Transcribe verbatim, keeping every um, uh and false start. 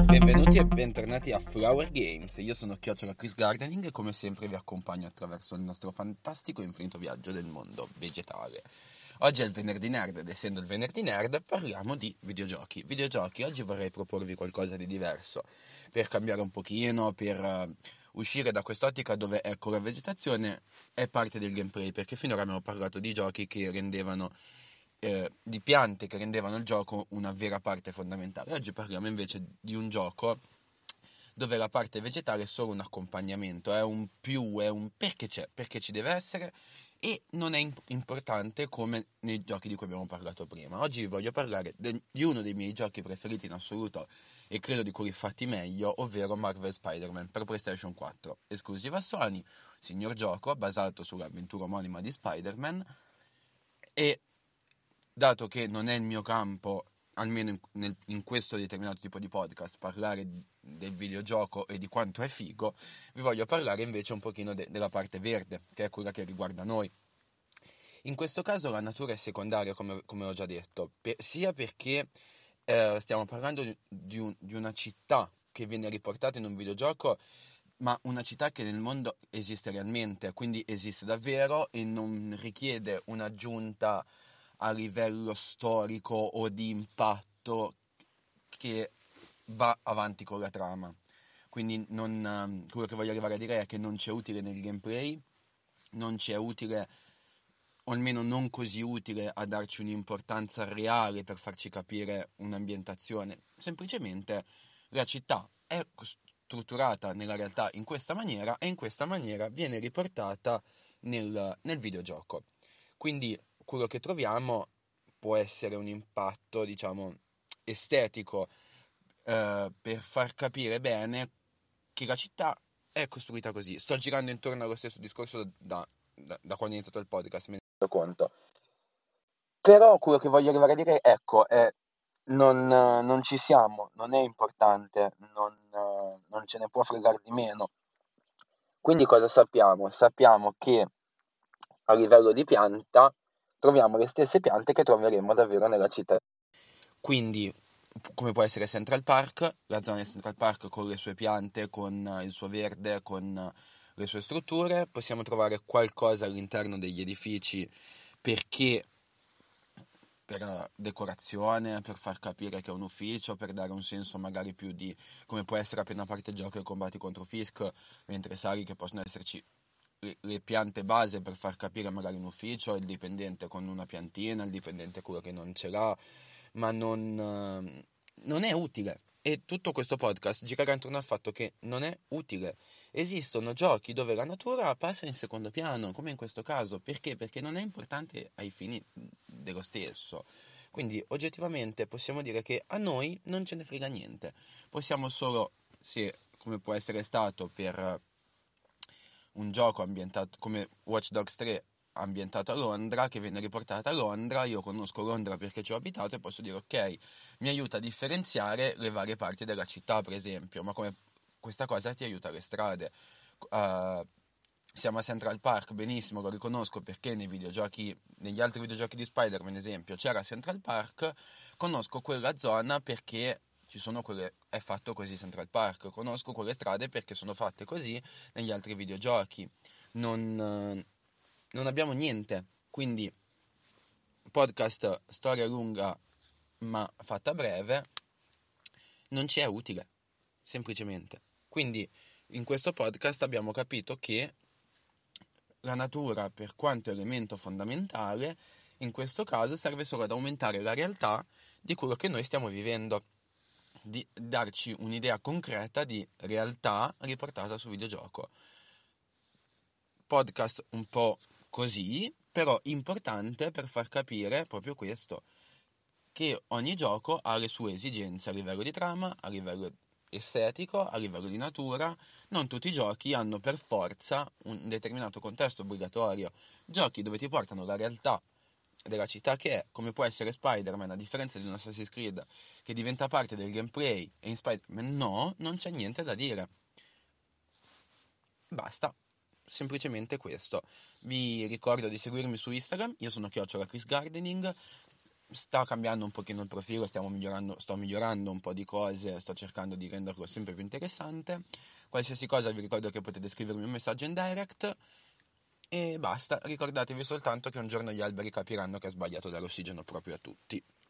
Benvenuti e bentornati a Flower Games. Io sono Chiocciola Chris Gardening e come sempre vi accompagno attraverso il nostro fantastico e infinito viaggio del mondo vegetale. Oggi è il venerdì nerd ed essendo il venerdì nerd parliamo di videogiochi. Videogiochi, oggi vorrei proporvi qualcosa di diverso per cambiare un pochino, per uh, uscire da quest'ottica dove ecco la vegetazione è parte del gameplay, perché finora abbiamo parlato di giochi che rendevano Eh, di piante che rendevano il gioco una vera parte fondamentale. Oggi parliamo invece di un gioco dove la parte vegetale è solo un accompagnamento, è un più, è un perché c'è, perché ci deve essere e non è imp- importante come nei giochi di cui abbiamo parlato prima. Oggi vi voglio parlare de- di uno dei miei giochi preferiti in assoluto e credo di quelli fatti meglio, ovvero Marvel Spider-Man per PlayStation quattro, esclusiva Sony, signor gioco basato sull'avventura omonima di Spider-Man. E dato che non è il mio campo, almeno in, nel, in questo determinato tipo di podcast, parlare del videogioco e di quanto è figo, vi voglio parlare invece un pochino de, della parte verde, che è quella che riguarda noi. In questo caso la natura è secondaria, come, come ho già detto, per, sia perché eh, stiamo parlando di, di, un, di una città che viene riportata in un videogioco, ma una città che nel mondo esiste realmente, quindi esiste davvero e non richiede un'aggiunta a livello storico o di impatto che va avanti con la trama. Quindi non, um, quello che voglio arrivare a dire è che non c'è utile nel gameplay, non c'è utile, o almeno non così utile a darci un'importanza reale per farci capire un'ambientazione. Semplicemente la città è strutturata nella realtà in questa maniera e in questa maniera viene riportata nel, nel videogioco. Quindi quello che troviamo può essere un impatto, diciamo, estetico eh, per far capire bene che la città è costruita così. Sto girando intorno allo stesso discorso da, da, da quando è iniziato il podcast, me ne rendo conto. Però quello che voglio arrivare a dire, ecco, è non, non ci siamo, non è importante, non, non ce ne può fregare di meno. Quindi cosa sappiamo? Sappiamo che a livello di pianta troviamo le stesse piante che troveremo davvero nella città. Quindi, come può essere Central Park, la zona di Central Park con le sue piante, con il suo verde, con le sue strutture, possiamo trovare qualcosa all'interno degli edifici perché per decorazione, per far capire che è un ufficio, per dare un senso magari più di come può essere appena parte il gioco e combatti contro Fisk, mentre sai che possono esserci le piante base per far capire magari un ufficio, il dipendente con una piantina, il dipendente quello che non ce l'ha, ma non, non è utile. E tutto questo podcast girerà intorno al fatto che non è utile. Esistono giochi dove la natura passa in secondo piano, come in questo caso. Perché? Perché non è importante ai fini dello stesso. Quindi oggettivamente possiamo dire che a noi non ce ne frega niente. Possiamo solo, se come può essere stato per un gioco ambientato come Watch Dogs tre ambientato a Londra, che viene riportata a Londra, io conosco Londra perché ci ho abitato e posso dire ok, mi aiuta a differenziare le varie parti della città per esempio, ma come questa cosa ti aiuta alle strade. Uh, siamo a Central Park, benissimo, lo riconosco perché nei videogiochi, negli altri videogiochi di Spider-Man, ad esempio, c'era Central Park, conosco quella zona perché ci sono quelle, è fatto così Central Park, conosco quelle strade perché sono fatte così negli altri videogiochi. Non, non abbiamo niente, quindi podcast storia lunga ma fatta breve non ci è utile, semplicemente. Quindi in questo podcast abbiamo capito che la natura, per quanto elemento fondamentale, in questo caso serve solo ad aumentare la realtà di quello che noi stiamo vivendo, di darci un'idea concreta di realtà riportata su videogioco. Podcast un po' così, però importante per far capire proprio questo, che ogni gioco ha le sue esigenze a livello di trama, a livello estetico, a livello di natura. Non tutti i giochi hanno per forza un determinato contesto obbligatorio. Giochi dove ti portano la realtà della città che è, come può essere Spider-Man, a differenza di un Assassin's Creed che diventa parte del gameplay, e in Spider-Man no, non c'è niente da dire. Basta, semplicemente questo. Vi ricordo di seguirmi su Instagram, io sono Chiocciola Chris Gardening, sta cambiando un pochino il profilo, stiamo migliorando, sto migliorando un po' di cose, sto cercando di renderlo sempre più interessante. Qualsiasi cosa vi ricordo che potete scrivermi un messaggio in direct e basta, ricordatevi soltanto che un giorno gli alberi capiranno che ha sbagliato dare ossigeno proprio a tutti.